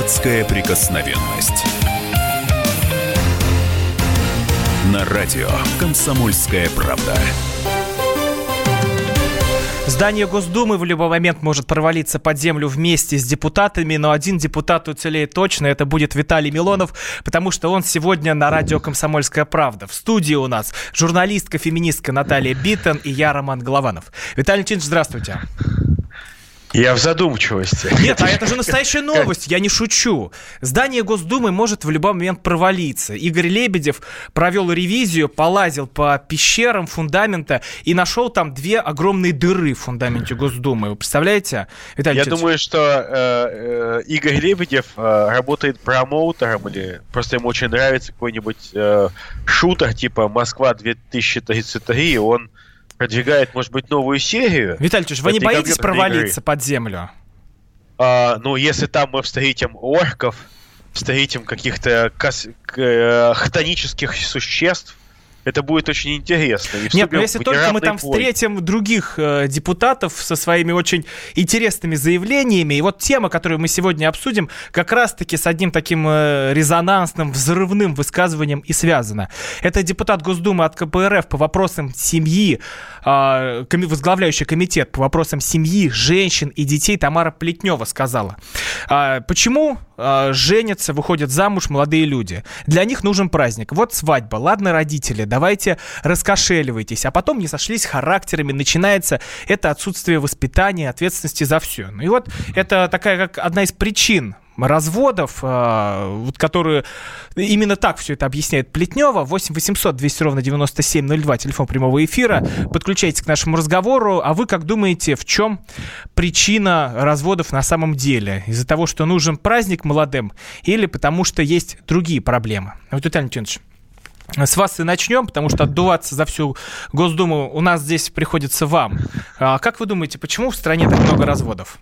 Депутатская прикосновенность. На радио «Комсомольская правда». Здание Госдумы в любой момент может провалиться под землю вместе с депутатами, но один депутат уцелеет точно, это будет Виталий Милонов, потому что он сегодня на радио «Комсомольская правда». В студии у нас журналистка, феминистка Наталья Биттон и я, Роман Голованов. Виталий Леонидович, здравствуйте. Я в задумчивости. Нет, а это же настоящая новость, я не шучу. Здание Госдумы может в любой момент провалиться. Игорь Лебедев провел ревизию, полазил по пещерам фундамента и нашел там 2 огромные дыры в фундаменте Госдумы. Вы представляете, Виталий Я Ильич? думаю, что Игорь Лебедев работает промоутером или просто ему очень нравится какой-нибудь шутер типа «Москва 2033», и он продвигает, может быть, новую серию. Виталий Ильич, вы не боитесь провалиться под землю? Если там мы встретим орков, встретим каких-то хтонических существ, это будет очень интересно. Нет, но если только мы там встретим других депутатов со своими очень интересными заявлениями, и вот тема, которую мы сегодня обсудим, как раз-таки с одним таким резонансным, взрывным высказыванием и связана. Это депутат Госдумы от КПРФ по вопросам семьи, возглавляющий комитет по вопросам семьи, женщин и детей Тамара Плетнева сказала. Почему женятся, выходят замуж молодые люди? Для них нужен праздник. Вот свадьба, ладно, родители, давайте раскошеливайтесь, а потом не сошлись характерами, начинается это отсутствие воспитания, ответственности за все. Ну и вот это такая как одна из причин разводов, которые именно так все это объясняет Плетнева. 8 800 200 ровно 9702, телефон прямого эфира. Подключайтесь к нашему разговору. А вы как думаете, в чем причина разводов на самом деле? Из-за того, что нужен праздник молодым, или потому что есть другие проблемы? Вот, Виталий Леонидович, с вас и начнем, потому что отдуваться за всю Госдуму у нас здесь приходится вам. Как вы думаете, почему в стране так много разводов?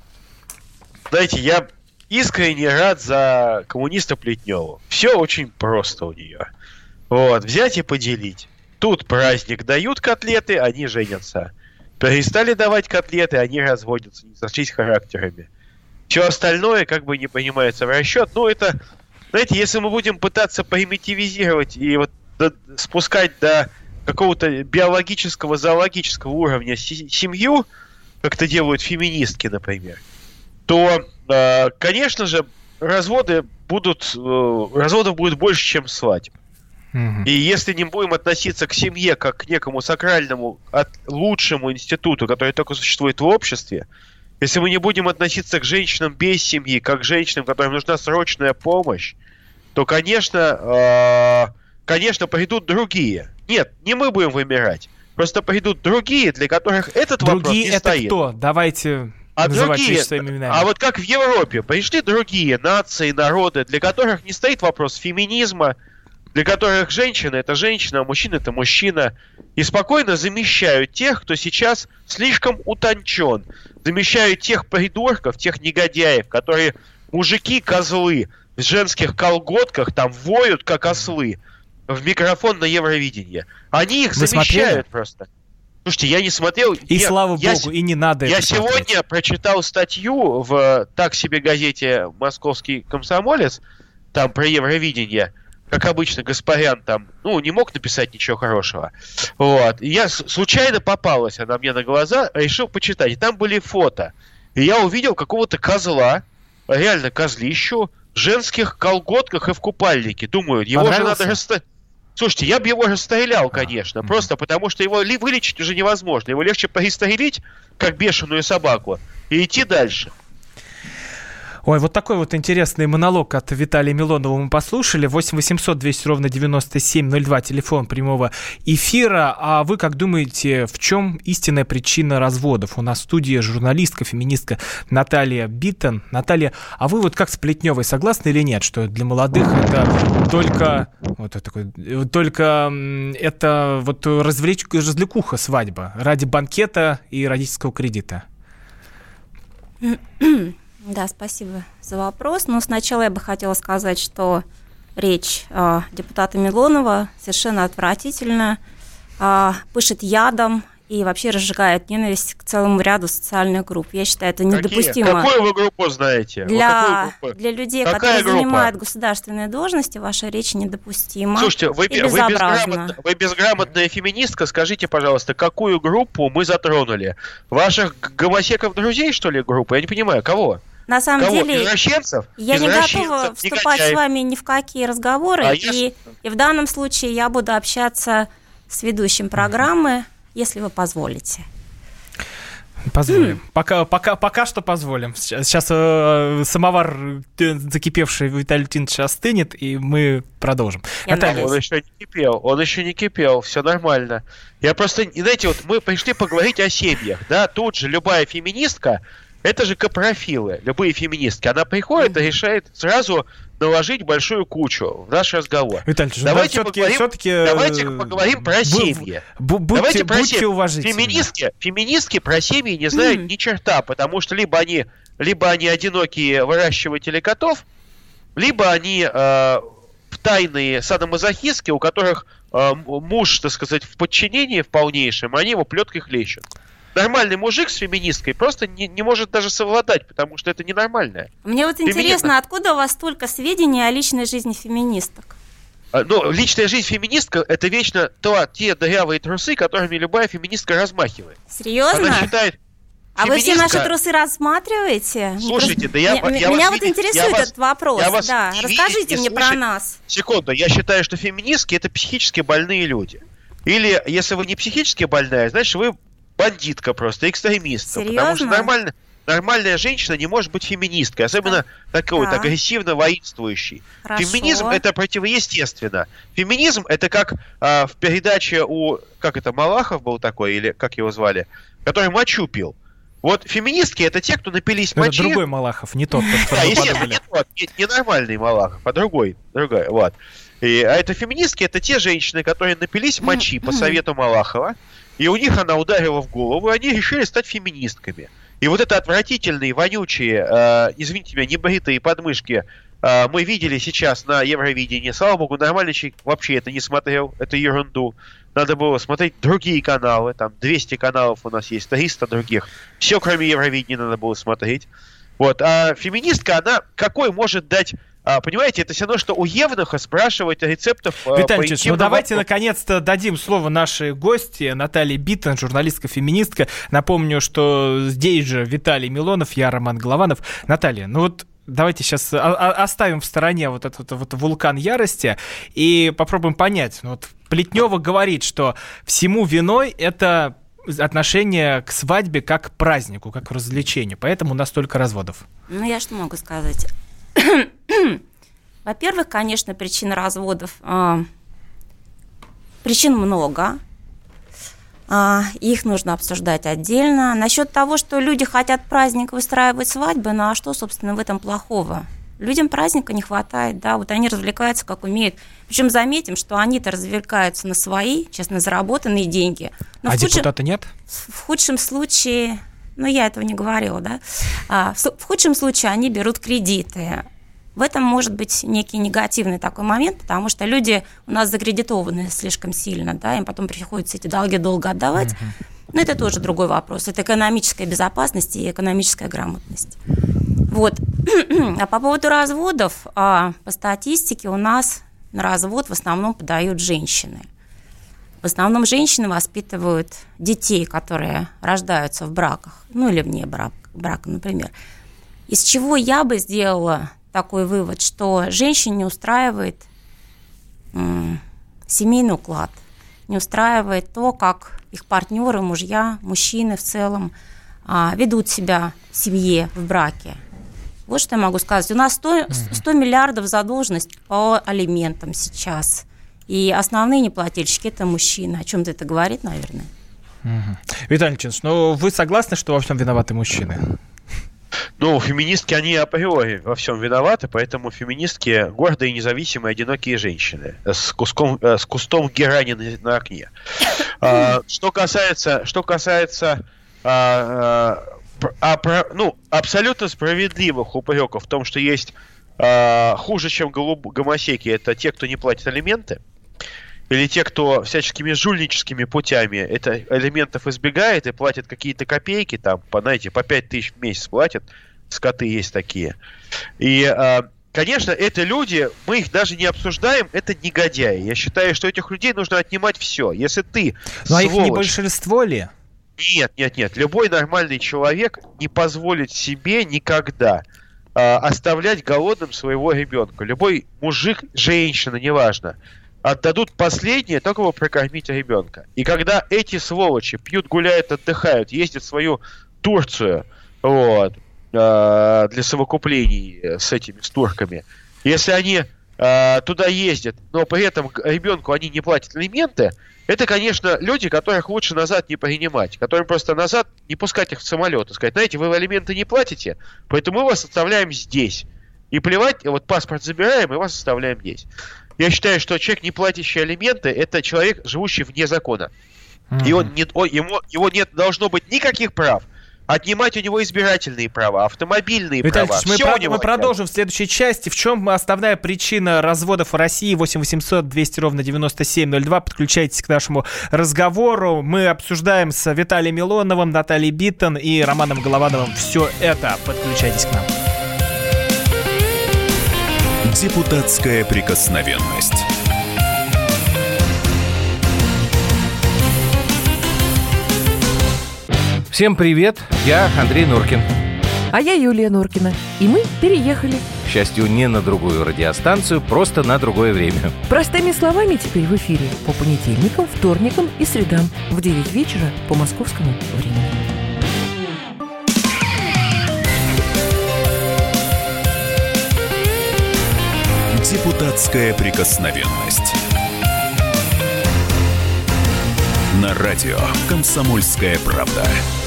Знаете, я искренне рад за коммуниста Плетневу. Все очень просто у нее. Вот, взять и поделить. Тут праздник, дают котлеты, они женятся. Перестали давать котлеты, они разводятся, не сошлись характерами. Все остальное как бы не принимается в расчет. Ну, это, знаете, если мы будем пытаться примитивизировать и вот спускать до какого-то биологического, зоологического уровня семью, как это делают феминистки, например, то, конечно же, разводов будет больше, чем свадеб. И если не будем относиться к семье как к некому сакральному, лучшему институту, который только существует в обществе, если мы не будем относиться к женщинам без семьи, как к женщинам, которым нужна срочная помощь, то, конечно, придут другие. Нет, не мы будем вымирать. Просто придут другие, для которых этот вопрос не стоит. Другие это кто? Давайте называть вещи своими именами. А вот как в Европе, пришли другие нации, народы, для которых не стоит вопрос феминизма, для которых женщина – это женщина, а мужчина – это мужчина. И спокойно замещают тех, кто сейчас слишком утончен. Замещают тех придурков, тех негодяев, которые мужики-козлы в женских колготках там воют, как ослы, в микрофон на Евровидении. Они их замещают просто. Слушайте, я не смотрел. И слава богу, и не надо это смотреть. Я сегодня прочитал статью в так себе газете «Московский комсомолец», там про Евровидение. Как обычно, Гаспарян там, не мог написать ничего хорошего. Вот. И я случайно попалась она мне на глаза, решил почитать. И там были фото. И я увидел какого-то козла, реально козлищу, в женских колготках и в купальнике. Думаю, его же надо расстрелять. Слушайте, я бы его расстрелял, конечно, просто потому что его вылечить уже невозможно. Его легче пристрелить, как бешеную собаку, и идти дальше. Ой, вот такой вот интересный монолог от Виталия Милонова мы послушали. 8 800 200 ровно 9702, телефон прямого эфира. А вы как думаете, в чем истинная причина разводов? У нас в студии журналистка, феминистка Наталья Биттон. Наталья, а вы вот как с Плетневой согласны или нет, что для молодых это только это вот развлекуха, свадьба ради банкета и родительского кредита? Да, спасибо за вопрос. Но сначала я бы хотела сказать, что речь депутата Милонова совершенно отвратительна, пышет ядом и вообще разжигают ненависть к целому ряду социальных групп. Я считаю, это недопустимо. Какую вы группу знаете? Для людей, Какая которые группа? занимают государственные должности, ваша речь недопустима. Слушайте, вы безграмотная феминистка, скажите, пожалуйста, какую группу мы затронули? Ваших гомосеков-друзей, что ли, группу? Я не понимаю, кого? На самом деле, извращенцев? Я не готова вступать с вами ни в какие разговоры, и в данном случае я буду общаться с ведущим программы, если вы позволите. Позволим. Пока что позволим. Сейчас самовар, закипевший Виталий Леонидович, остынет, и мы продолжим. Наталья. Он еще не кипел, все нормально. Я просто, знаете, вот мы пришли поговорить о семьях, да, тут же любая феминистка, это же капрофилы, любые феминистки, она приходит и решает сразу наложить большую кучу в наш разговор. Виталий, давайте поговорим про семьи. Будьте уважительны. Феминистки про семьи не знают ни черта, потому что либо они одинокие выращиватели котов, либо они тайные садомазохистки, у которых муж, так сказать, в подчинении в полнейшем, они его плеткой хлещут. Нормальный мужик с феминисткой просто не может даже совладать, потому что это ненормальное. Мне вот интересно, откуда у вас столько сведений о личной жизни феминисток? Ну, личная жизнь феминистка – это вечно те дырявые трусы, которыми любая феминистка размахивает. Серьезно? Она считает, а вы все наши трусы рассматриваете? Слушайте, меня вот интересует этот вопрос. Да, расскажите мне про нас. Секунду, я считаю, что феминистки – это психически больные люди. Или, если вы не психически больная, значит, вы бандитка просто, экстремистка. Серьезно? Потому что нормальная женщина не может быть феминисткой, особенно такой вот агрессивно воинствующей. Хорошо. Феминизм – это противоестественно. Феминизм – это как в передаче Малахов был такой, или как его звали, который мочу пил. Вот феминистки – это те, кто напились мочи. Это другой Малахов, не тот, да, естественно, не нормальный Малахов, а другой, вот. А это феминистки – это те женщины, которые напились мочи по совету Малахова, и у них она ударила в голову, и они решили стать феминистками. И вот это отвратительные, вонючие, извините меня, небритые подмышки мы видели сейчас на Евровидении. Слава богу, нормальный человек вообще это не смотрел, это ерунду. Надо было смотреть другие каналы, там 200 каналов у нас есть, 300 других. Все, кроме Евровидения, надо было смотреть. Вот. А феминистка, она какой может дать... Понимаете, это все равно, что у евнуха спрашивать рецептов... Виталий Ильич, давайте наконец-то дадим слово нашей гости Наталье Биттон, журналистка-феминистка. Напомню, что здесь же Виталий Милонов, я Роман Голованов. Наталья, давайте сейчас оставим в стороне вот этот вот вулкан ярости и попробуем понять. Плетнева говорит, что всему виной это отношение к свадьбе как к празднику, как к развлечению. Поэтому у нас столько разводов. Я что могу сказать? Во-первых, конечно, причин разводов. Причин много. Их нужно обсуждать отдельно. Насчет того, что люди хотят праздник, устраивать свадьбы, а что, собственно, в этом плохого? Людям праздника не хватает, да, вот они развлекаются как умеют. Причем заметим, что они-то развлекаются на свои, честно, заработанные деньги. Но депутата нет? В худшем случае... я этого не говорила, да. В худшем случае они берут кредиты. В этом может быть некий негативный такой момент, потому что люди у нас закредитованы слишком сильно, да, им потом приходится эти долги долго отдавать. Но это тоже другой вопрос. Это экономическая безопасность и экономическая грамотность. Вот. А по поводу разводов, по статистике у нас на развод в основном подают женщины. В основном женщины воспитывают детей, которые рождаются в браках, или вне брака, например. Из чего я бы сделала такой вывод, что женщин не устраивает семейный уклад, не устраивает то, как их партнеры, мужья, мужчины в целом ведут себя в семье, в браке. Вот что я могу сказать. У нас 100 миллиардов задолженность по алиментам сейчас. И основные неплательщики – это мужчины. О чем-то это говорит, наверное. Виталий Леонидович, вы согласны, что во всем виноваты мужчины? Феминистки, они априори во всем виноваты, поэтому феминистки гордые, независимые, одинокие женщины с кустом герани на окне. Что касается абсолютно справедливых упреков в том, что есть хуже, чем гомосеки, это те, кто не платит алименты. или те, кто всяческими жульническими путями это элементов избегает и платит какие-то копейки, там, знаете, по 5 тысяч в месяц платят, скоты есть такие. И, конечно, это люди, мы их даже не обсуждаем, это негодяи. Я считаю, что этих людей нужно отнимать все. Если ты, а их не большинство ли? Нет. Любой нормальный человек не позволит себе никогда оставлять голодным своего ребенка. Любой мужик, женщина, неважно, отдадут последнее, только его прокормить ребенка. И когда эти сволочи пьют, гуляют, отдыхают, ездят в свою Турцию, вот, для совокуплений с турками, если они туда ездят, но при этом ребенку они не платят алименты, это, конечно, люди, которых лучше назад не принимать, которым просто назад не пускать их в самолет и сказать, знаете, вы алименты не платите, поэтому мы вас оставляем здесь. И плевать, вот паспорт забираем, и вас оставляем здесь. Я считаю, что человек, не платящий алименты, это человек, живущий вне закона. И его нет, должно быть никаких прав. Отнимать у него избирательные права, автомобильные права. Мы продолжим в следующей части. В чем основная причина разводов в России? 8 800 200 ровно 9702. Подключайтесь к нашему разговору. Мы обсуждаем с Виталием Милоновым, Натальей Биттон и Романом Головановым все это. Подключайтесь к нам. Депутатская прикосновенность. Всем привет, я Андрей Норкин. А я Юлия Норкина. И мы переехали. К счастью, не на другую радиостанцию, просто на другое время. Простыми словами теперь в эфире по понедельникам, вторникам и средам в 9 вечера по московскому времени. Депутатская прикосновенность. На радио «Комсомольская правда».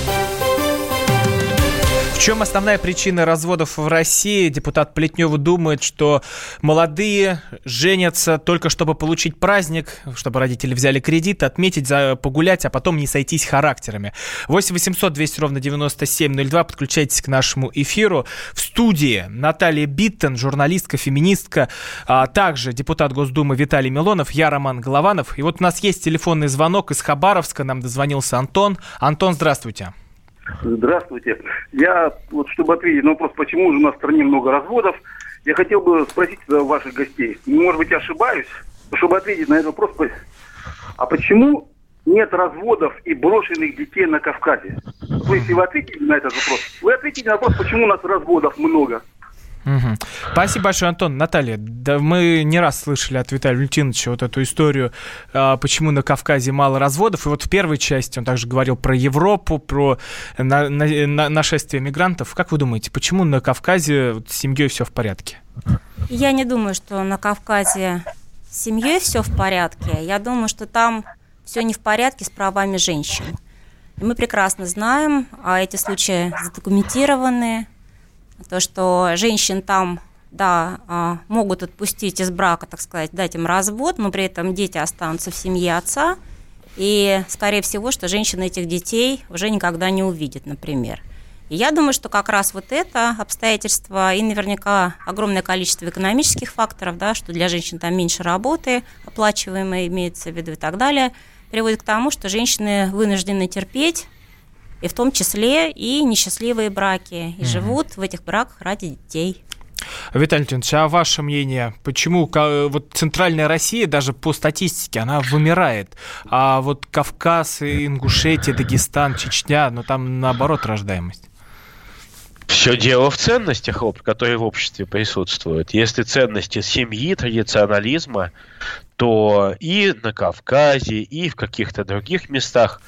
В чем основная причина разводов в России? Депутат Плетнева думает, что молодые женятся только чтобы получить праздник, чтобы родители взяли кредит, отметить, погулять, а потом не сойтись характерами. 8 800 200 ровно 9702. Подключайтесь к нашему эфиру. В студии Наталья Биттон, журналистка, феминистка, а также депутат Госдумы Виталий Милонов, я Роман Голованов. И вот у нас есть телефонный звонок из Хабаровска. Нам дозвонился Антон. Антон, здравствуйте. Здравствуйте. Я, вот, чтобы ответить на вопрос, почему же у нас в стране много разводов, я хотел бы спросить ваших гостей. Может быть, я ошибаюсь, чтобы ответить на этот вопрос. А почему нет разводов и брошенных детей на Кавказе? То есть, если вы ответите на этот вопрос, вы ответите на вопрос, почему у нас разводов много. Угу. Спасибо большое, Антон. Наталья, да, мы не раз слышали от Виталия Валентиновича вот эту историю, почему на Кавказе мало разводов. И вот в первой части он также говорил про Европу, про нашествие мигрантов. Как вы думаете, почему на Кавказе с семьей все в порядке? Я не думаю, что на Кавказе с семьей все в порядке. Я думаю, что там все не в порядке с правами женщин. И мы прекрасно знаем, эти случаи задокументированы. То, что женщин там, да, могут отпустить из брака, так сказать, дать им развод, но при этом дети останутся в семье отца. И, скорее всего, что женщина этих детей уже никогда не увидит, например. И я думаю, что как раз вот это обстоятельство и наверняка огромное количество экономических факторов, да, что для женщин там меньше работы, оплачиваемой имеется в виду и так далее, приводит к тому, что женщины вынуждены терпеть, и в том числе и несчастливые браки, и живут в этих браках ради детей. Виталий Леонидович, а ваше мнение, почему вот центральная Россия, даже по статистике, она вымирает, а вот Кавказ, Ингушетия, Дагестан, Чечня, ну там наоборот рождаемость? Все дело в ценностях, которые в обществе присутствуют. Если ценности семьи, традиционализма, то и на Кавказе, и в каких-то других местах,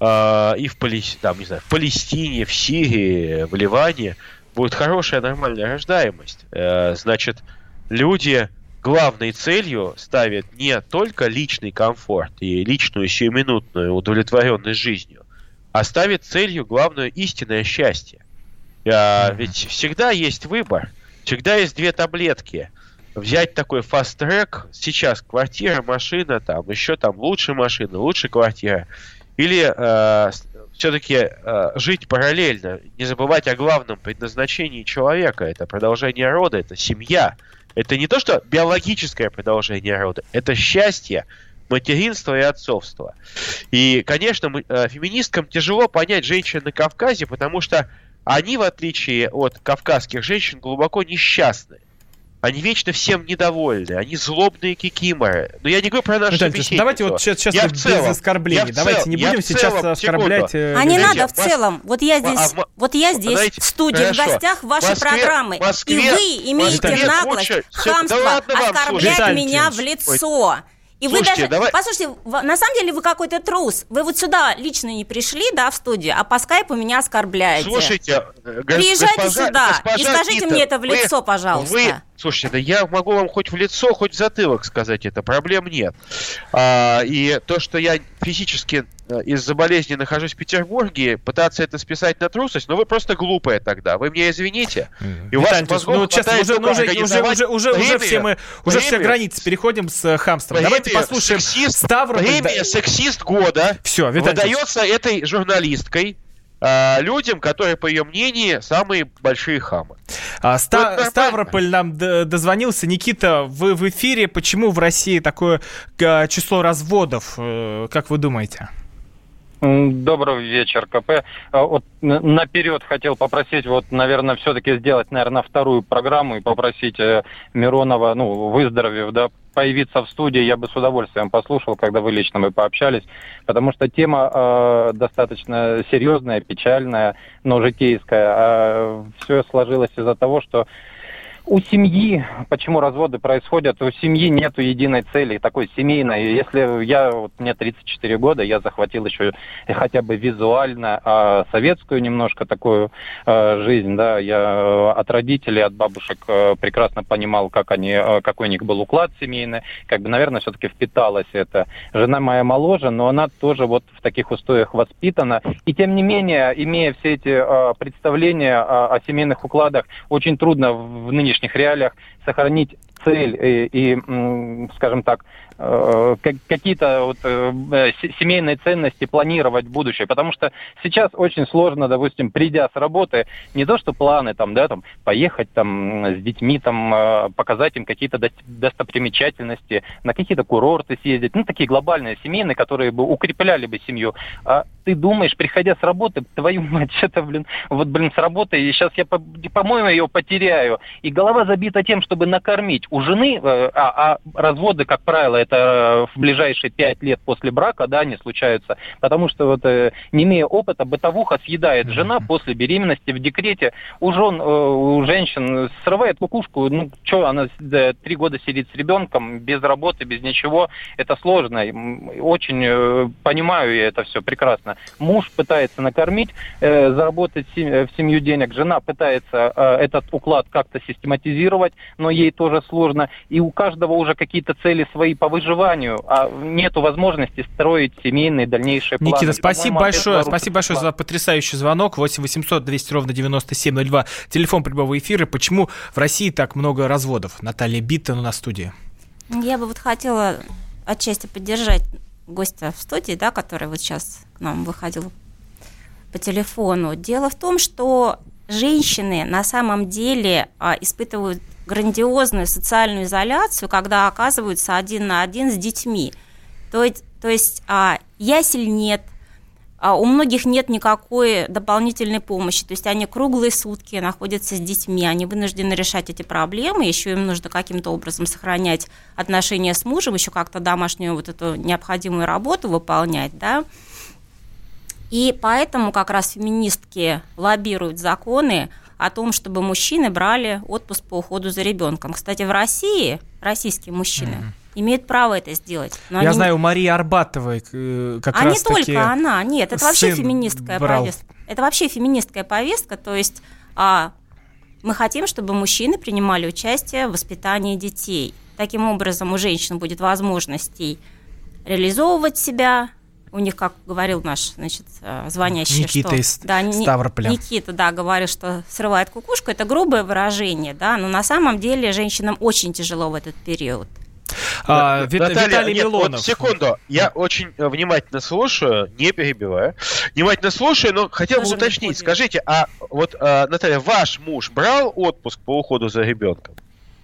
и в Палестине, в Сирии, в Ливане будет хорошая нормальная рождаемость. Значит, люди главной целью ставят не только личный комфорт и личную сиюминутную удовлетворенность жизнью, а ставят целью главное истинное счастье. Ведь всегда есть выбор, всегда есть две таблетки. Взять такой фаст-трек, сейчас квартира, машина, там еще там лучше машина, лучше квартира. Или все-таки жить параллельно, не забывать о главном предназначении человека. Это продолжение рода, это семья. Это не то, что биологическое продолжение рода, это счастье материнства и отцовства. И, конечно, феминисткам тяжело понять женщин на Кавказе, потому что они, в отличие от кавказских женщин, глубоко несчастны. Они вечно всем недовольны, они злобные кикиморы. Но я не говорю про нашу собеседницу. Давайте вот сейчас без оскорблений. Давайте не будем сейчас оскорблять. А не надо в целом. Вот я здесь в студии в гостях вашей программы. И вы имеете наглость, хамство оскорблять меня в лицо. И слушайте, послушайте, на самом деле вы какой-то трус. Вы вот сюда лично не пришли, да, в студию, а по скайпу меня оскорбляете. Слушайте, приезжайте сюда и скажите мне это в лицо, пожалуйста. Слушайте, да я могу вам хоть в лицо, хоть в затылок сказать это, проблем нет. И то, что я физически из-за болезни нахожусь в Петербурге, пытаться это списать на трусость, но вы просто глупые тогда. Вы мне извините. И у вас мозгов хватает только организовать уже все границы переходим с хамством. Давайте послушаем Ставрополь. Премия «Сексист года» выдается этой журналисткой людям, которые, по ее мнению, самые большие хамы. Ставрополь нам дозвонился. Никита, вы в эфире. Почему в России такое число разводов? Как вы думаете? Добрый вечер, КП. Вот наперед хотел попросить, наверное, все-таки сделать, вторую программу и попросить Миронова, выздоровев, появиться в студии. Я бы с удовольствием послушал, когда вы лично пообщались, потому что тема достаточно серьезная, печальная, но житейская. Все сложилось из-за того, что у семьи, почему разводы происходят, у семьи нету единой цели, такой семейной. Если мне 34 года, я захватил еще хотя бы визуально советскую немножко такую жизнь, я от родителей, от бабушек прекрасно понимал, какой у них был уклад семейный, наверное, все-таки впиталось это. Жена моя моложе, но она тоже в таких устоях воспитана, и тем не менее, имея все эти представления о семейных укладах, очень трудно в нынешних реалиях сохранить цель и, скажем так, какие-то семейные ценности планировать в будущее. Потому что сейчас очень сложно, допустим, придя с работы, не то что планы, поехать с детьми, показать им какие-то достопримечательности, на какие-то курорты съездить, такие глобальные семейные, которые бы укрепляли бы семью. А ты думаешь, приходя с работы, твою мать, с работы, и сейчас я, по-моему, ее потеряю. И голова забита тем, чтобы накормить. У жены, разводы, как правило, это в ближайшие 5 лет после брака, не случаются, потому что не имея опыта, бытовуха съедает жена после беременности, в декрете. У женщин срывает кукушку, она 3 года сидит с ребенком, без работы, без ничего, это сложно. Очень понимаю я это все прекрасно. Муж пытается накормить, заработать в семью денег, жена пытается этот уклад как-то систематизировать, но ей тоже сложно, и у каждого уже какие-то цели свои по выживанию, а нету возможности строить семейные дальнейшие планы. Никита, спасибо большое за потрясающий звонок. 8 800 200 ровно 9702. Телефон прямого эфира. Почему в России так много разводов? Наталья Биттон у нас в студии. Я бы хотела отчасти поддержать гостя в студии, который сейчас к нам выходил по телефону. Дело в том, что женщины на самом деле испытывают грандиозную социальную изоляцию, когда оказываются один на один с детьми. То есть ясель нет, у многих нет никакой дополнительной помощи, то есть они круглые сутки находятся с детьми, они вынуждены решать эти проблемы, еще им нужно каким-то образом сохранять отношения с мужем, еще как-то домашнюю эту необходимую работу выполнять, И поэтому как раз феминистки лоббируют законы о том, чтобы мужчины брали отпуск по уходу за ребенком. Кстати, в России российские мужчины имеют право это сделать. Я знаю, у Марии Арбатовой как раз не только она, нет, это вообще феминистская повестка. Это вообще феминистская повестка, то есть мы хотим, чтобы мужчины принимали участие в воспитании детей. Таким образом, у женщин будет возможность реализовывать себя. У них, как говорил наш, звонящий, Никита из Ставрополя. Никита, говорит, что срывает кукушку. Это грубое выражение, но на самом деле женщинам очень тяжело в этот период. Виталий Милонов. Секунду, я очень внимательно слушаю, не перебиваю. Внимательно слушаю, но хотел бы уточнить. Скажите, Наталья, ваш муж брал отпуск по уходу за ребенком?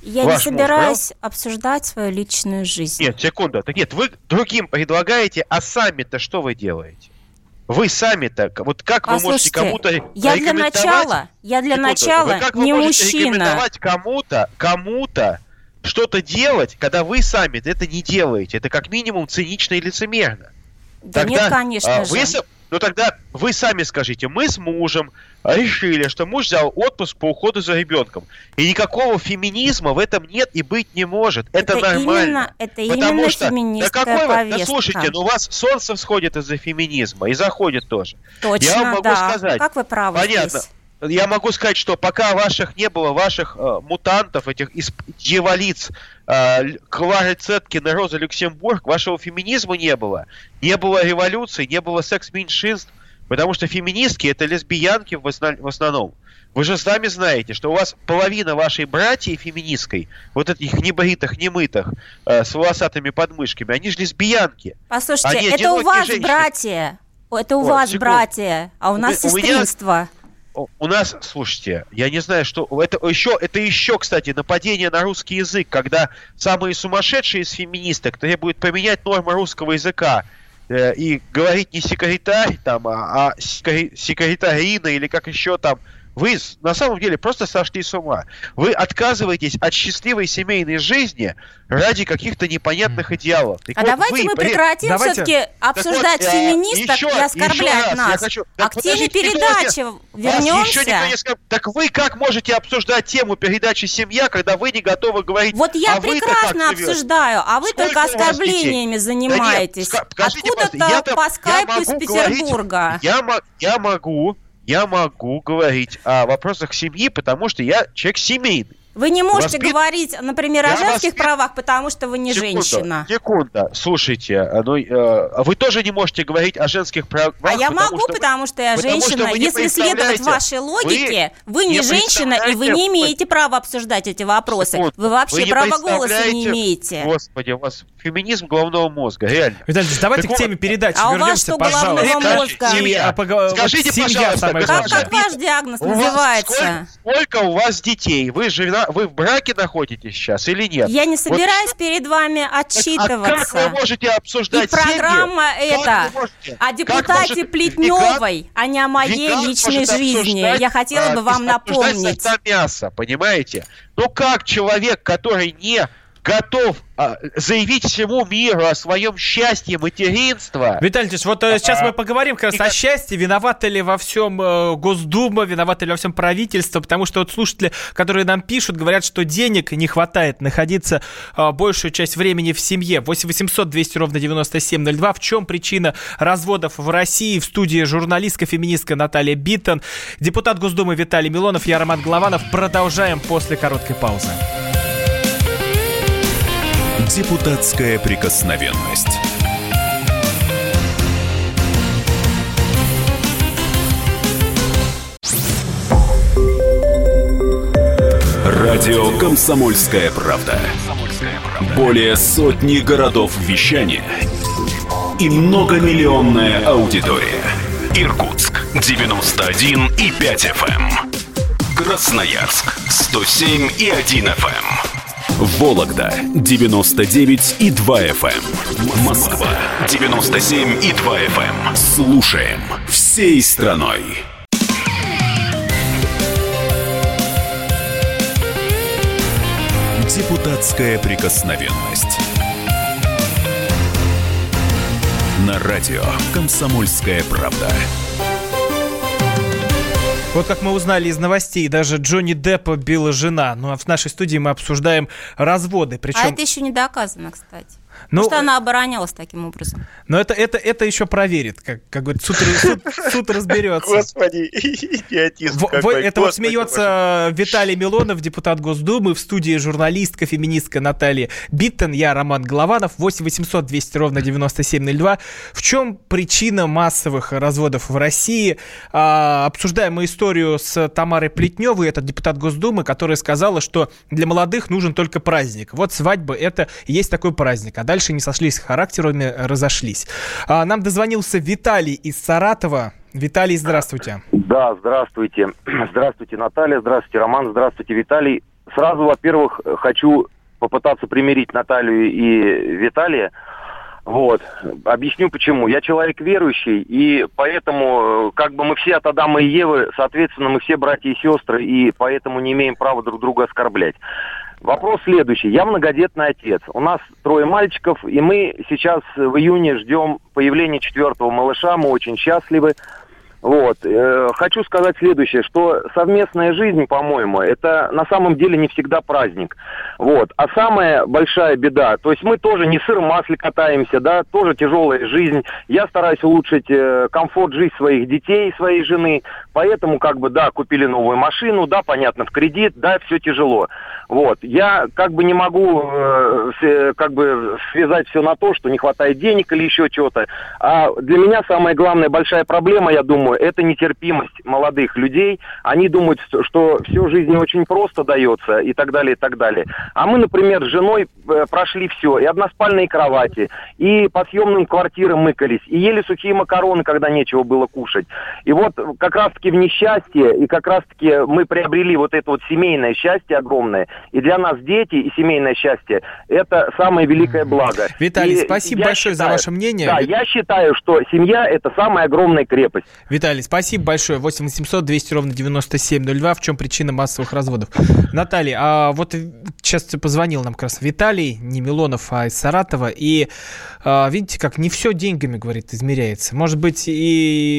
Я не собираюсь обсуждать свою личную жизнь. Нет, секунду. Так нет, вы другим предлагаете, а сами-то что вы делаете? Вы сами-то, вот как вы можете кому-то я для начала не мужчина. Рекомендовать кому-то что-то делать, когда вы сами это не делаете? Это как минимум цинично и лицемерно. Да тогда, нет, конечно же. Ну тогда вы сами скажите, мы с мужем решили, что муж взял отпуск по уходу за ребенком. И никакого феминизма в этом нет и быть не может. Это нормально. Именно феминистская повестка. Да слушайте, у вас солнце всходит из-за феминизма и заходит тоже. Точно, я могу сказать, как вы правы понятно. Здесь. Я могу сказать, что пока не было ваших мутантов, этих дьяволиц, Клары Цеткин и Розы Люксембург, вашего феминизма не было. Не было революции, не было секс-меньшинств, потому что феминистки — это лесбиянки в основном. Вы же сами знаете, что у вас половина вашей братьи феминистской, вот этих небритых, немытых, с волосатыми подмышками, они же лесбиянки. Послушайте, это у вас братья, братья, а у нас сестринство. У нас, слушайте, я не знаю, что... Это еще, кстати, нападение на русский язык, когда самые сумасшедшие из феминисток требуют поменять нормы русского языка и говорить не секретарь, а секретарина или как еще там. Вы на самом деле просто сошли с ума. Вы отказываетесь от счастливой семейной жизни ради каких-то непонятных идеалов. Так давайте мы прекратим все-таки обсуждать феминисток и оскорблять нас. А к теме передачи вернемся. Так вы как можете обсуждать тему передачи «Семья», когда вы не готовы говорить? Вот я прекрасно обсуждаю, а вы только оскорблениями занимаетесь. Откуда-то по скайпу из Петербурга. Я могу говорить о вопросах семьи, потому что я человек семейный. Вы не можете говорить, например, о женских правах, потому что вы не женщина. Секунда. Слушайте, вы тоже не можете говорить о женских правах. А я могу, потому что я женщина. Если следовать вашей логике, вы не женщина, и вы не имеете права обсуждать эти вопросы. Вы вообще права голоса не имеете. Господи, у вас феминизм головного мозга, реально. Виталий, давайте к теме передачи вернемся, пожалуйста. А у вас что головного мозга? Скажите, пожалуйста, как ваш диагноз называется? Сколько у вас детей? Вы в браке находитесь сейчас или нет? Я не собираюсь перед вами отчитываться. А как вы можете обсуждать семьи? И программа эта о депутате Плетневой, а не о моей личной жизни. Я хотела бы вам напомнить. Мясо, понимаете? Ну как человек, который не готов заявить всему миру о своем счастье материнства. Виталий Ильич, вот сейчас мы поговорим как раз о счастье. Виновата ли во всем Госдума, виновата ли во всем правительство? Потому что вот слушатели, которые нам пишут, говорят, что денег не хватает находиться большую часть времени в семье. 8 800 200 ровно 9702. В чем причина разводов в России? В студии журналистка-феминистка Наталья Биттон, депутат Госдумы Виталий Милонов, я Роман Голованов. Продолжаем после короткой паузы. Депутатская прикосновенность. Радио «Комсомольская правда». Более сотни городов вещания и многомиллионная аудитория. Иркутск 91,5 FM. Красноярск 107,1 FM. Вологда 99,2 FM. Москва 97,2 FM. Слушаем всей страной. Депутатская прикосновенность. На радио «Комсомольская правда». Вот как мы узнали из новостей, даже Джонни Деппа била жена. Ну а в нашей студии мы обсуждаем разводы. Причем... А это еще не доказано, кстати. Потому что она оборонялась таким образом. Но это еще проверит, как говорит, суд разберется. Господи, идиотизм какой. Это вот смеется Виталий Милонов, депутат Госдумы, в студии журналистка, феминистка Наталья Биттон, я Роман Голованов, 8 800 200 ровно 9702. В чем причина массовых разводов в России? Обсуждаем мы историю с Тамарой Плетневой, это депутат Госдумы, которая сказала, что для молодых нужен только праздник. Вот свадьба — это и есть такой праздник. А дальше не сошлись характерами, разошлись. Нам дозвонился Виталий из Саратова. Виталий, здравствуйте. Да, здравствуйте. Здравствуйте, Наталья. Здравствуйте, Роман. Здравствуйте, Виталий. сразу, во-первых, хочу попытаться примирить Наталью и Виталия. Вот. Объясню почему. Я человек верующий, и поэтому, как бы мы все от Адама и Евы, соответственно, мы все братья и сестры, и поэтому не имеем права друг друга оскорблять. Вопрос следующий. Я многодетный отец. У нас 3 мальчиков, и мы сейчас в июне ждем появления 4-го малыша. Мы очень счастливы. Вот. Хочу сказать следующее, что совместная жизнь, по-моему, это на самом деле не всегда праздник. Вот. А самая большая беда, то есть мы тоже не сыр в масле катаемся, да, тоже тяжелая жизнь. Я стараюсь улучшить комфорт жизни своих детей, своей жены, поэтому, как бы, да, купили новую машину, да, понятно, в кредит, да, все тяжело. Вот. Я как бы не могу как бы связать все на то, что не хватает денег или еще чего-то. А для меня самая главная большая проблема, я думаю, это нетерпимость молодых людей. Они думают, что все в жизни очень просто дается и так далее, и так далее. А мы, например, с женой прошли все. И односпальные кровати, и по съемным квартирам мыкались, и ели сухие макароны, когда нечего было кушать. И вот как раз-таки в несчастье, и как раз-таки мы приобрели вот это вот семейное счастье огромное. И для нас дети и семейное счастье – это самое великое благо. Виталий, спасибо большое за ваше мнение. Да, я считаю, что семья – это самая огромная крепость. Виталий, спасибо большое. 8 800 200 ровно 9702. В чем причина массовых разводов? Наталья, а вот сейчас позвонил нам как раз Виталий, не Милонов, а из Саратова. И видите, как не все деньгами, говорит, измеряется. Может быть, и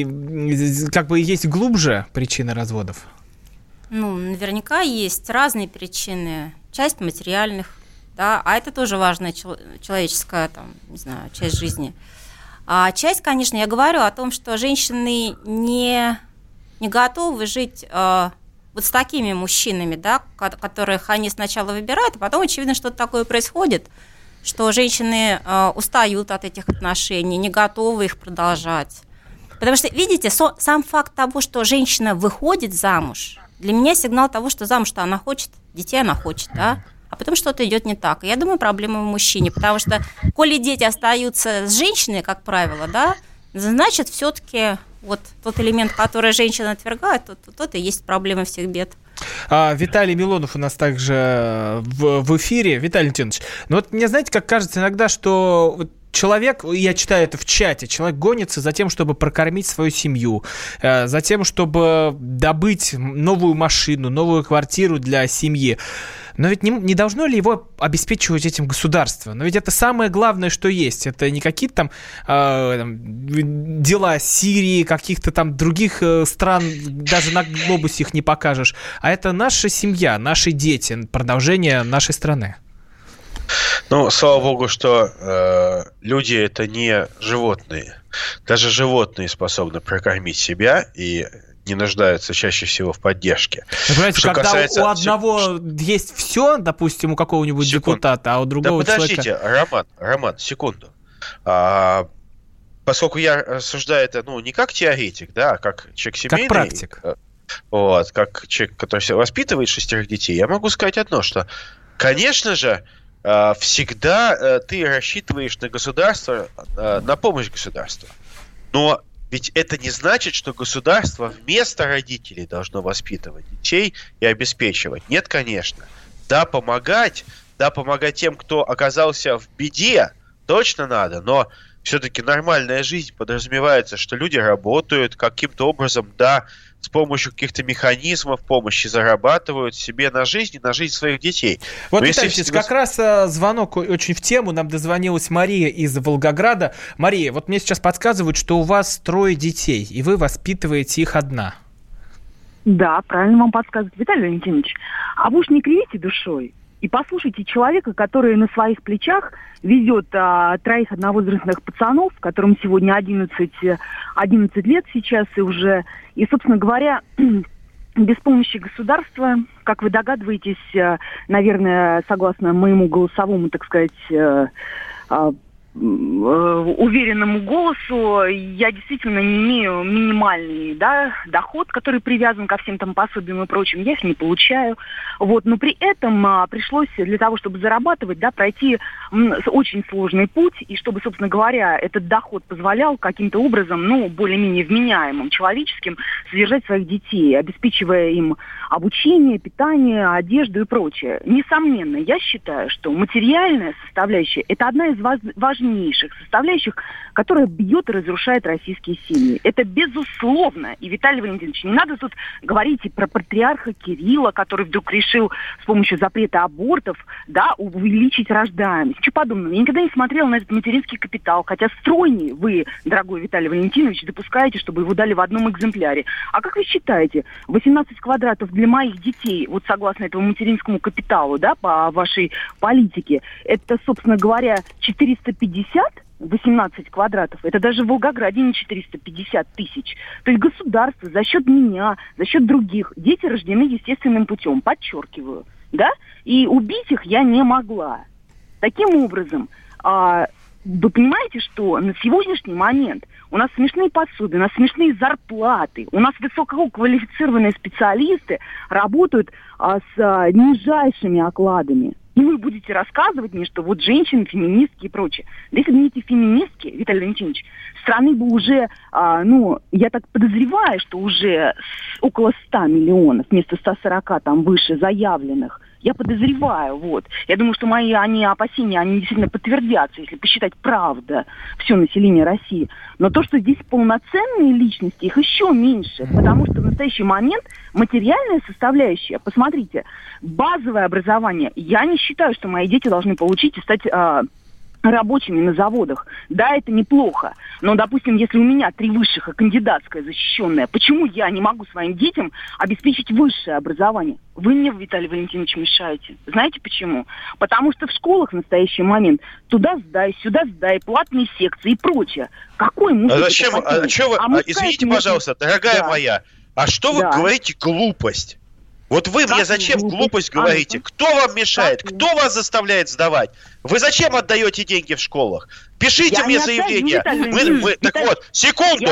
как бы есть глубже причины разводов? Ну, наверняка есть разные причины. Часть материальных, да, а это тоже важная человеческая, там, не знаю, часть жизни. А часть, конечно, я говорю о том, что женщины не готовы жить вот с такими мужчинами, да, которых они сначала выбирают, а потом, очевидно, что-то такое происходит, что женщины устают от этих отношений, не готовы их продолжать. Потому что, видите, сам факт того, что женщина выходит замуж, для меня сигнал того, что замуж-то она хочет, детей она хочет, да, а потом что-то идет не так. И я думаю, проблема в мужчине, потому что, коли дети остаются с женщиной, как правило, да, значит, все-таки вот тот элемент, который женщина отвергает, тот и есть проблема всех бед. Виталий Милонов у нас также в эфире. Виталий Леонидович, ну вот мне, знаете, как кажется иногда, что человек, я читаю это в чате, человек гонится за тем, чтобы прокормить свою семью, за тем, чтобы добыть новую машину, новую квартиру для семьи. Но ведь не должно ли его обеспечивать этим государство? Но ведь это самое главное, что есть. Это не какие-то там дела Сирии, каких-то там других стран, даже на глобусе их не покажешь. А это наша семья, наши дети, продолжение нашей страны. Ну, слава богу, что люди – это не животные. Даже животные способны прокормить себя и не нуждаются чаще всего в поддержке. Вы понимаете, что когда касается... у одного есть все, допустим, у какого-нибудь депутата, а у другого подождите, человека... Роман, секунду. Поскольку я рассуждаю это, не как теоретик, да, а как человек семейный. Как практик. Вот, как человек, который воспитывает 6 детей, я могу сказать одно, что, конечно же, всегда ты рассчитываешь на государство, на помощь государства. Но ведь это не значит, что государство вместо родителей должно воспитывать детей и обеспечивать. Нет, конечно. Да, помогать тем, кто оказался в беде, точно надо, но все-таки нормальная жизнь подразумевается, что люди работают каким-то образом, да, с помощью каких-то механизмов помощи зарабатывают себе на жизнь и на жизнь своих детей. Вот, Виталий, как раз звонок очень в тему. Нам дозвонилась Мария из Волгограда. Мария, вот мне сейчас подсказывают, что у вас 3 детей, и вы воспитываете их одна. Да, правильно вам подсказывают. Виталий Валентинович, а вы уж не кривите душой и послушайте человека, который на своих плечах везет 3 одновозрастных пацанов, которым сегодня 11 лет сейчас, и, собственно говоря, без помощи государства, как вы догадываетесь, наверное, согласно моему голосовому, так сказать, уверенному голосу. Я действительно не имею минимальный, да, доход, который привязан ко всем там пособиям и прочим. Я их не получаю. Вот. Но при этом пришлось для того, чтобы зарабатывать, да, пройти очень сложный путь. И чтобы, собственно говоря, этот доход позволял каким-то образом, ну, более-менее вменяемым, человеческим, содержать своих детей, обеспечивая им обучение, питание, одежду и прочее. Несомненно, я считаю, что материальная составляющая – это одна из важнейших составляющих, которая бьет и разрушает российские семьи. Это безусловно. И, Виталий Валентинович, не надо тут говорить и про патриарха Кирилла, который вдруг решил с помощью запрета абортов, да, увеличить рождаемость. Ничего подобного. Я никогда не смотрела на этот материнский капитал, хотя стройнее вы, дорогой Виталий Валентинович, допускаете, чтобы его дали в одном экземпляре. А как вы считаете, 18 квадратов для моих детей, вот согласно этому материнскому капиталу, да, по вашей политике, это, собственно говоря, 450 18 квадратов, это даже в Волгограде не 450 тысяч. То есть государство за счет меня, за счет других, дети рождены естественным путем, подчеркиваю, да, и убить их я не могла. Таким образом, вы понимаете, что на сегодняшний момент у нас смешные пособия, у нас смешные зарплаты, у нас высококвалифицированные специалисты работают с нижайшими окладами. И вы будете рассказывать мне, что вот женщины, феминистки и прочее. Да если бы не эти феминистки, Виталий Валентинович, страны бы уже, я так подозреваю, что уже около 100 миллионов вместо 140 там выше заявленных. Я подозреваю, вот. Я думаю, что мои опасения, они действительно подтвердятся, если посчитать правда все население России. Но то, что здесь полноценные личности, их еще меньше, потому что в настоящий момент материальная составляющая, посмотрите, базовое образование, я не считаю, что мои дети должны получить и стать рабочими на заводах. Да, это неплохо. Но, допустим, если у меня 3 высших и кандидатская защищенная, почему я не могу своим детям обеспечить высшее образование? Вы мне, Виталий Валентинович, мешаете. Знаете почему? Потому что в школах в настоящий момент туда сдай, сюда сдай, платные секции и прочее. Какой музыка? Зачем? Извините, пожалуйста, дорогая моя, а что вы говорите глупость? Вот вы мне зачем глупость говорите? Кто вам мешает? Кто вас заставляет сдавать? Вы зачем отдаете деньги в школах? Пишите мне заявление. Так вот, секунду.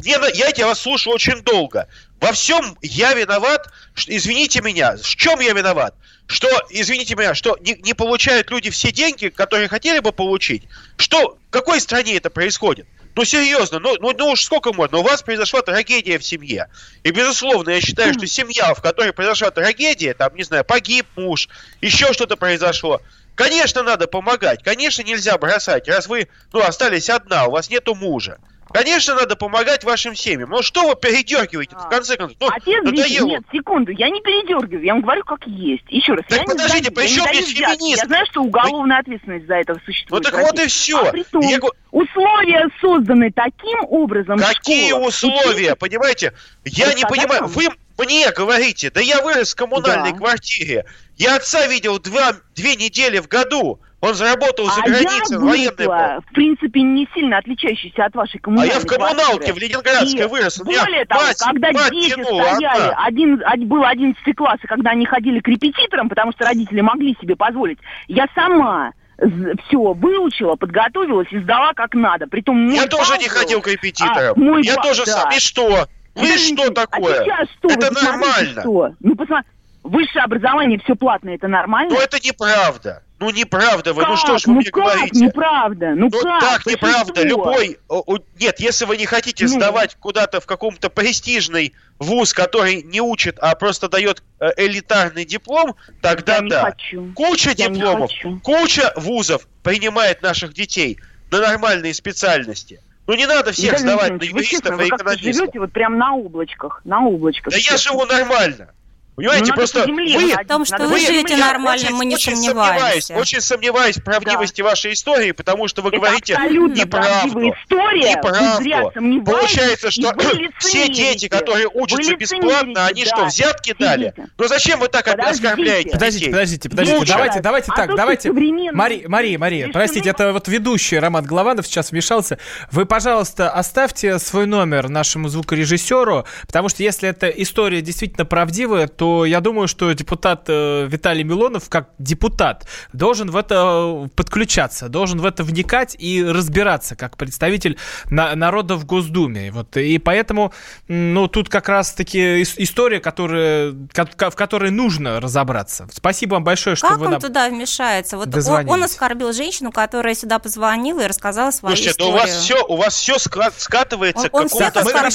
Я вас слушаю очень долго. Во всем я виноват. Извините меня. В чем я виноват? Что, извините меня, что не получают люди все деньги, которые хотели бы получить? Что, в какой стране это происходит? Ну, серьезно, ну уж сколько можно? У вас произошла трагедия в семье. И, безусловно, я считаю, что семья, в которой произошла трагедия, там, не знаю, погиб муж, еще что-то произошло, конечно, надо помогать, конечно, нельзя бросать, раз вы, остались одна, у вас нету мужа. Конечно, надо помогать вашим семьям. Ну, что вы передергиваете в конце концов? Отец, нет, секунду, я не передергиваю, я вам говорю, как есть. Еще раз, так подождите, при чем здесь феминистка? Я знаю, что уголовная ответственность за это существует. Ну так вот и все. А притом, условия созданы таким образом. Какие условия, понимаете? Я не понимаю, вы мне говорите, да я вырос в коммунальной квартире. Я отца видел 2 недели в году. Он заработал за границей, военный был. В принципе, не сильно отличающийся от вашей коммунальной квартиры. А я в коммуналке в Ленинградской вырос. Более того, когда дети стояли, был 11 класс, и когда они ходили к репетиторам, потому что родители могли себе позволить, я сама все выучила, подготовилась и сдала как надо. Притом я тоже не ходил к репетиторам. Я тоже сам. И что? Ну и что такое? Это нормально. Ну, посмотрите, высшее образование, все платное, это нормально? Ну, это неправда. Ну, неправда вы, что ж вы мне говорите? Неправда? Так неправда, любой... Нет, если вы не хотите сдавать куда-то в каком-то престижный вуз, который не учит, а просто дает элитарный диплом, тогда да. Куча дипломов, куча вузов принимает наших детей на нормальные специальности. Ну, не надо всех сдавать на юристов и экономистов. Вы живете вот прям на облачках. Да я живу нормально. Понимаете, просто вы... О том, что вы живете нормально, мы не сомневаемся. Очень сомневаюсь в правдивости вашей истории, потому что вы говорите неправду. Неправду. Получается, что все дети, которые учатся бесплатно, они что, взятки дали? Ну зачем вы так оскорбляете детей? Подождите. Давайте так. Мария, простите, это вот ведущий Роман Голованов сейчас вмешался. Вы, пожалуйста, оставьте свой номер нашему звукорежиссеру, потому что если эта история действительно правдивая, то то я думаю, что депутат Виталий Милонов, как депутат, должен в это подключаться, должен в это вникать и разбираться, как представитель народа в Госдуме. Вот. И поэтому, тут как раз-таки история, в которой нужно разобраться. Спасибо вам большое, что вы нам... Как он туда вмешается? Вот он оскорбил женщину, которая сюда позвонила и рассказала свою историю. Слушайте, у вас все скатывается к какому-то... Мы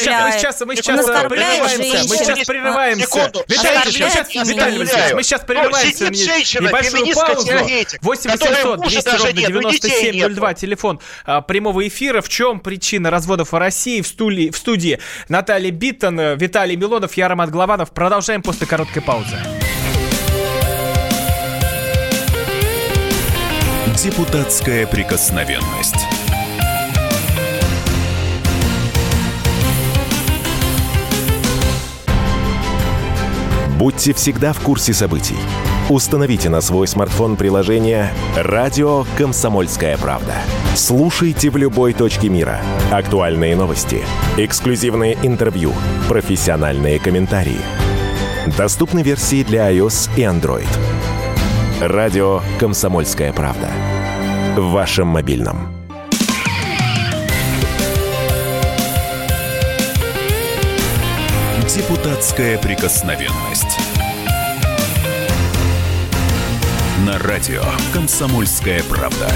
сейчас прерываемся. Виталий, мы сейчас прерываемся. Небольшую паузу. 8-800-200-97-02, телефон прямого эфира. В чем причина разводов в России? В студии Наталья Биттон, Виталий Милонов, я Роман Голованов. Продолжаем после короткой паузы. Депутатская прикосновенность. Будьте всегда в курсе событий. Установите на свой смартфон приложение «Радио Комсомольская правда». Слушайте в любой точке мира. Актуальные новости, эксклюзивные интервью, профессиональные комментарии. Доступны версии для iOS и Android. «Радио Комсомольская правда». В вашем мобильном. Депутатская прикосновенность. На радио «Комсомольская правда».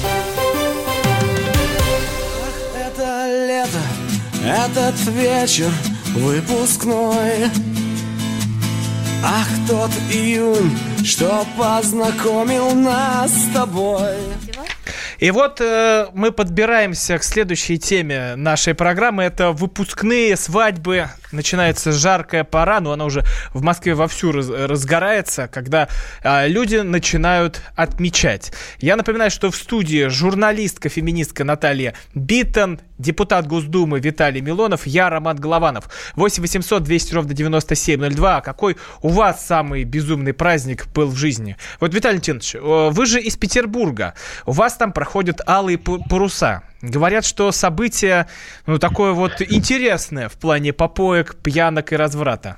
Это лето, этот вечер выпускной. Ах, тот июнь, что познакомил нас с тобой. И вот мы подбираемся к следующей теме нашей программы. Это выпускные, свадьбы. Начинается жаркая пора, но она уже в Москве вовсю разгорается, когда люди начинают отмечать. Я напоминаю, что в студии журналистка, феминистка Наталья Биттон, депутат Госдумы Виталий Милонов, я Роман Голованов. 8-800-200-97-02. А какой у вас самый безумный праздник был в жизни? Вот, Виталий Леонтьевич, вы же из Петербурга. У вас там проходят алые паруса. Говорят, что событие, такое вот интересное в плане попоек, пьянок и разврата.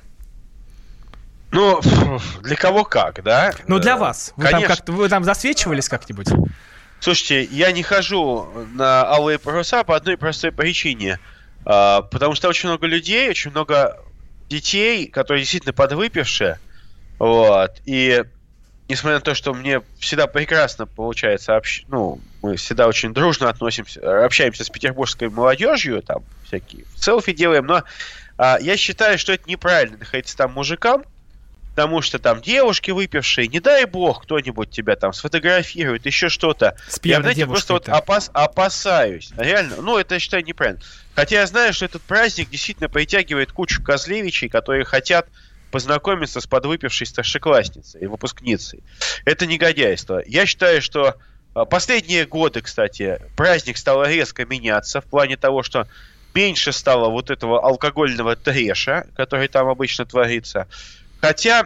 Для кого как, да? Для вас. Вы там засвечивались как-нибудь? Слушайте, я не хожу на алые паруса по одной простой причине. Потому что очень много людей, очень много детей, которые действительно подвыпившие. Вот. И несмотря на то, что мне всегда прекрасно получается, мы всегда очень дружно общаемся с петербургской молодежью, там всякие селфи делаем, но я считаю, что это неправильно находиться там мужикам, потому что там девушки выпившие, не дай бог, кто-нибудь тебя там сфотографирует, еще что-то. Я, знаете, просто опасаюсь. Реально, это я считаю неправильно. Хотя я знаю, что этот праздник действительно притягивает кучу козлевичей, которые хотят познакомиться с подвыпившей старшеклассницей и выпускницей. Это негодяйство. Я считаю, что последние годы, кстати, праздник стал резко меняться в плане того, что меньше стало вот этого алкогольного трэша, который там обычно творится. Хотя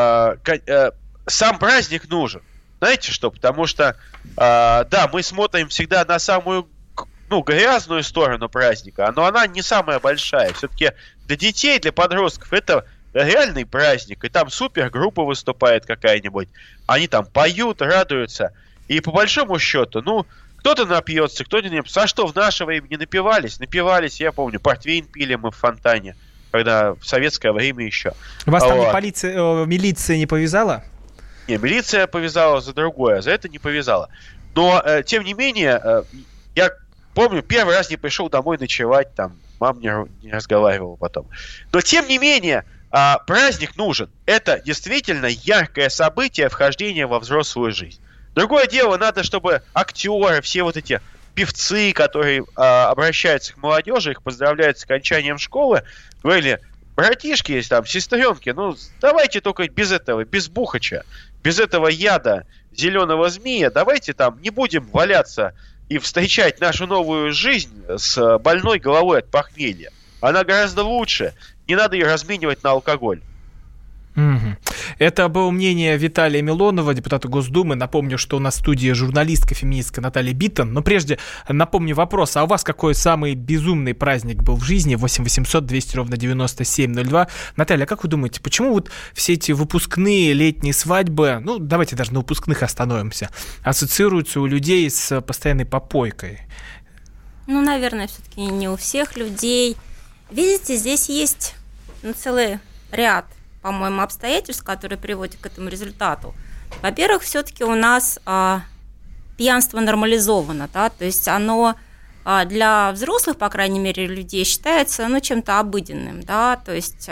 сам праздник нужен. Знаете что? Потому что, мы смотрим всегда на самую грязную сторону праздника, но она не самая большая. Все-таки для детей, для подростков это реальный праздник, и там супергруппа выступает какая-нибудь, они там поют, радуются, и по большому счету, кто-то напьется, кто-то не напьется. А что, в наше время не напивались? Напивались, я помню, портвейн пили мы в фонтане, когда в советское время еще. Вас там милиция не повязала? Не, милиция повязала за другое, за это не повязала. Но, тем не менее, я помню, первый раз не пришел домой ночевать, там, мама не разговаривала потом. Но, тем не менее, праздник нужен. Это действительно яркое событие вхождения во взрослую жизнь. Другое дело, надо, чтобы актеры, все вот эти певцы, которые обращаются к молодежи, их поздравляют с окончанием школы, говорили: братишки, там, сестренки, давайте только без этого, без бухача, без этого яда зеленого змея, давайте там не будем валяться и встречать нашу новую жизнь с больной головой от похмелья. Она гораздо лучше. Не надо ее разменивать на алкоголь. Mm-hmm. Это было мнение Виталия Милонова, депутата Госдумы. Напомню, что у нас в студии журналистка, феминистка Наталья Биттон. Но прежде напомню вопрос. А у вас какой самый безумный праздник был в жизни? 8 800 200 ровно 9702. Наталья, как вы думаете, почему вот все эти выпускные летние свадьбы, ну, давайте даже на выпускных остановимся, ассоциируются у людей с постоянной попойкой? Ну, наверное, все-таки не у всех людей. Видите, здесь есть целый ряд, по-моему, обстоятельств, которые приводят к этому результату. Во-первых, все-таки у нас пьянство нормализовано, да, то есть оно для взрослых, по крайней мере, людей считается, ну, чем-то обыденным, да, то есть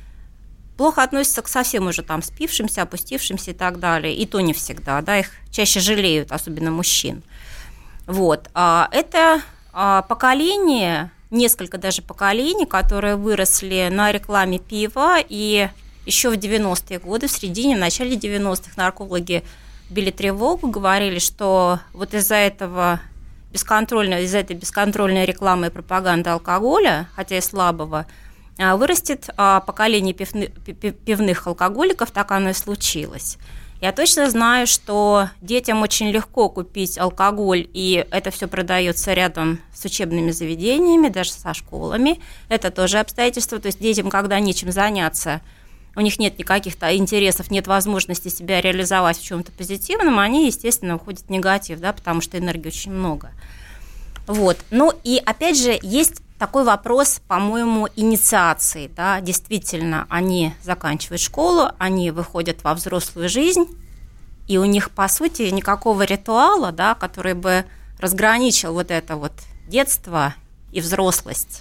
плохо относятся к совсем уже там спившимся, опустившимся и так далее, и то не всегда, да, их чаще жалеют, особенно мужчин. Вот, это поколение, несколько даже поколений, которые выросли на рекламе пива, и еще в 90-е годы, в середине, в начале 90-х наркологи били тревогу, говорили, что вот из-за этой бесконтрольной рекламы и пропаганды алкоголя, хотя и слабого, вырастет поколение пивных алкоголиков, так оно и случилось. Я точно знаю, что детям очень легко купить алкоголь, и это все продается рядом с учебными заведениями, даже со школами. Это тоже обстоятельство. То есть детям, когда нечем заняться, у них нет никаких-то интересов, нет возможности себя реализовать в чем-то позитивном, они, естественно, уходят в негатив, да, потому что энергии очень много. Вот. Ну и опять же, есть такой вопрос, по-моему, инициации. Да? Действительно, они заканчивают школу, они выходят во взрослую жизнь, и у них, по сути, никакого ритуала, да, который бы разграничил вот это вот детство и взрослость,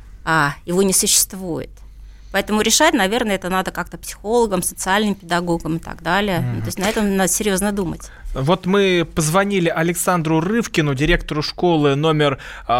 его не существует. Поэтому решать, наверное, это надо как-то психологам, социальным педагогам и так далее. То есть на этом надо серьезно думать. Вот мы позвонили Александру Рывкину, директору школы номер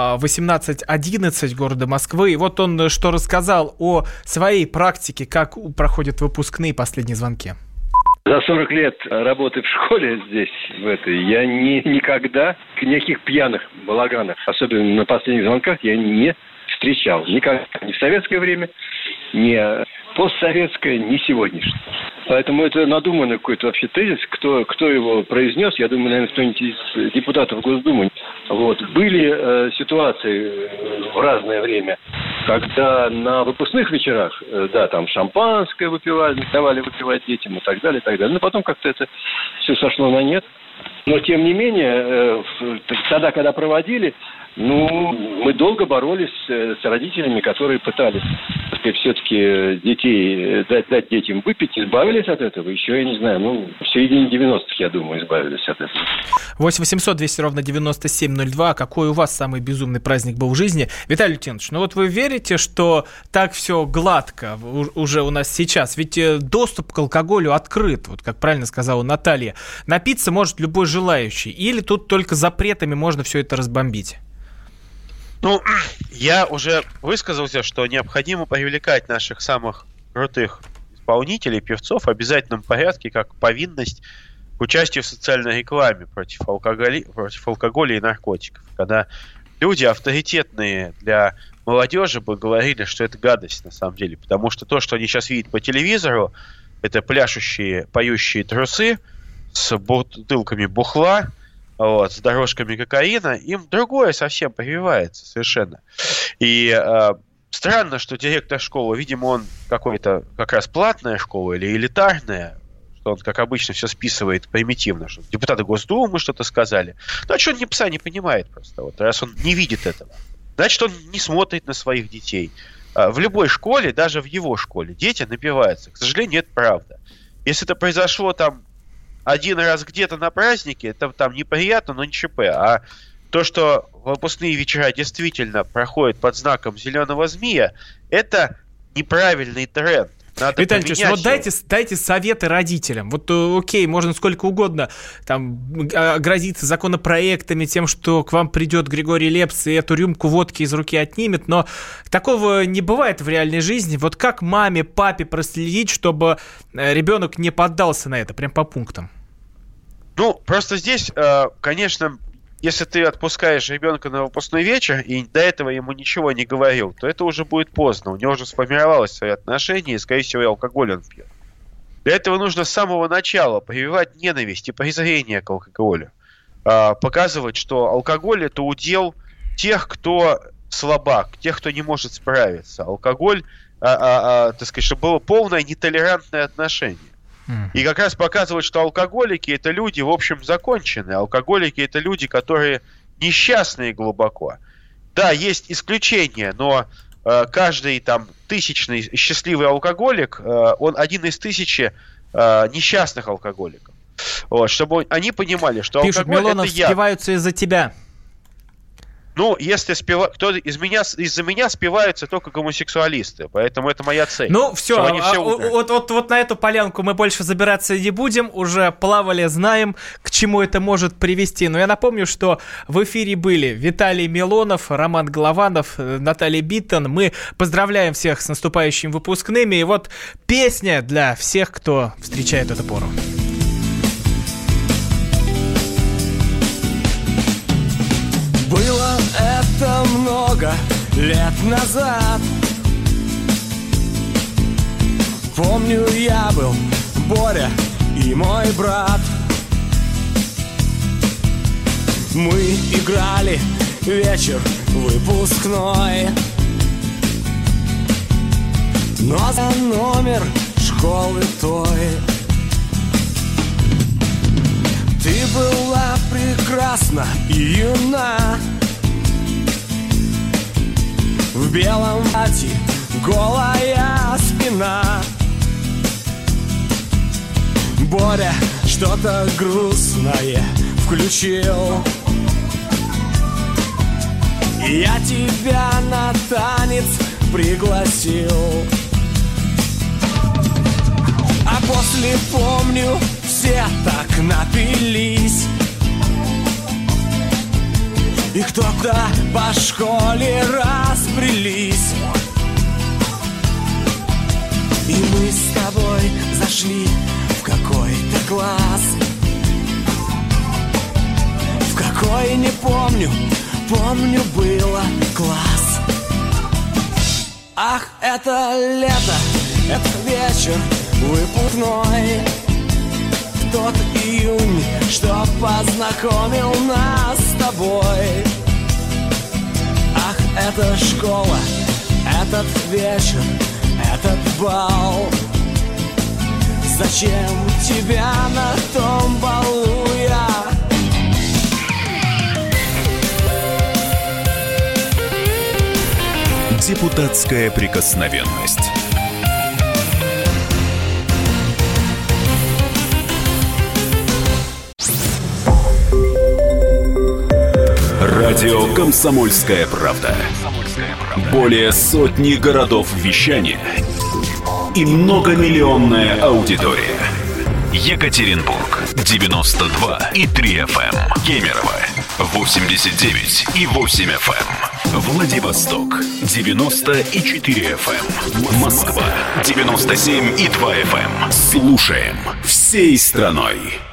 1811 города Москвы. И вот он что рассказал о своей практике, как проходят выпускные последние звонки. За 40 лет работы в школе здесь, я никогда никаких пьяных балаганов, особенно на последних звонках, я не встречал. Никогда. Ни в советское время, ни постсоветское, ни сегодняшнее. Поэтому это надуманный какой-то вообще тезис. Кто его произнес, я думаю, наверное, кто-нибудь из депутатов Госдумы. Вот. Были ситуации в разное время, когда на выпускных вечерах, да, там шампанское выпивали, давали выпивать детям и так далее, и так далее. Но потом как-то это все сошло на нет. Но, тем не менее, тогда, когда проводили, мы долго боролись с родителями, которые пытались все-таки дать детям выпить, избавились от этого. Еще, я не знаю, в середине 90-х, я думаю, избавились от этого. 8 800 200 ровно 9702. Какой у вас самый безумный праздник был в жизни? Виталий Лютинович, вот вы верите, что так все гладко уже у нас сейчас? Ведь доступ к алкоголю открыт, вот как правильно сказала Наталья. Напиться может любой желающий. Или тут только запретами можно все это разбомбить? Я уже высказался, что необходимо привлекать наших самых крутых исполнителей, певцов в обязательном порядке, как повинность к участию в социальной рекламе против алкоголя и наркотиков. Когда люди авторитетные для молодежи бы говорили, что это гадость на самом деле. Потому что то, что они сейчас видят по телевизору, это пляшущие, поющие трусы с бутылками бухла, с дорожками кокаина, им другое совсем прививается совершенно. И странно, что директор школы, видимо, он какой-то как раз платная школа или элитарная, что он, как обычно, все списывает примитивно, что депутаты Госдумы что-то сказали. А что он ни пса не понимает просто, раз он не видит этого. Значит, он не смотрит на своих детей. В любой школе, даже в его школе, дети напиваются. К сожалению, это правда. Если это произошло там один раз где-то на празднике, это там неприятно, но не ЧП. А то, что выпускные вечера действительно проходят под знаком зеленого змея, это неправильный тренд. Виталий Ильич, вот дайте советы родителям. Вот окей, можно сколько угодно там грозиться законопроектами, тем, что к вам придет Григорий Лепс и эту рюмку водки из руки отнимет, но такого не бывает в реальной жизни. Вот как маме, папе проследить, чтобы ребенок не поддался на это, прям по пунктам? Просто здесь, конечно, если ты отпускаешь ребенка на выпускной вечер и до этого ему ничего не говорил, то это уже будет поздно. У него уже сформировалось свои отношения, и, скорее всего, и алкоголь он пьет. Для этого нужно с самого начала прививать ненависть и презрение к алкоголю. Показывать, что алкоголь – это удел тех, кто слабак, тех, кто не может справиться. Алкоголь, так сказать, чтобы было полное нетолерантное отношение. И как раз показывать, что алкоголики – это люди, в общем, законченные. Алкоголики – это люди, которые несчастные глубоко. Да, есть исключения, но каждый там тысячный счастливый алкоголик, он один из 1000 несчастных алкоголиков. Вот, чтобы они понимали, что пишут, алкоголь Милонов, это я. спиваются из-за тебя. Ну, если кто-то из-за меня спиваются только гомосексуалисты, поэтому это моя цель. Ну, все, вот на эту полянку мы больше забираться не будем, уже плавали, знаем, к чему это может привести. Но я напомню, что в эфире были Виталий Милонов, Роман Голованов, Наталья Биттон. Мы поздравляем всех с наступающими выпускными. И вот песня для всех, кто встречает эту пору. Было это много лет назад. Помню, я был Боря и мой брат. Мы играли вечер выпускной, но за номер школы той. Ты была прекрасна и юна, в белом платье голая спина. Боря что-то грустное включил, и я тебя на танец пригласил. А после, помню, все так напились, и кто-то по школе разбрелись. И мы с тобой зашли в какой-то класс, в какой не помню, помню, было класс. Ах, это лето, этот вечер выпускной, тот июнь, что познакомил нас с тобой. Ах, эта школа, этот вечер, этот бал. Зачем тебя на том балу я? Депутатская прикосновенность. Радио «Комсомольская правда». Более сотни городов вещания и многомиллионная аудитория. Екатеринбург 92,3 FM. Кемерово 89,8 FM. Владивосток 90,4 FM. Москва 97,2 FM. Слушаем всей страной.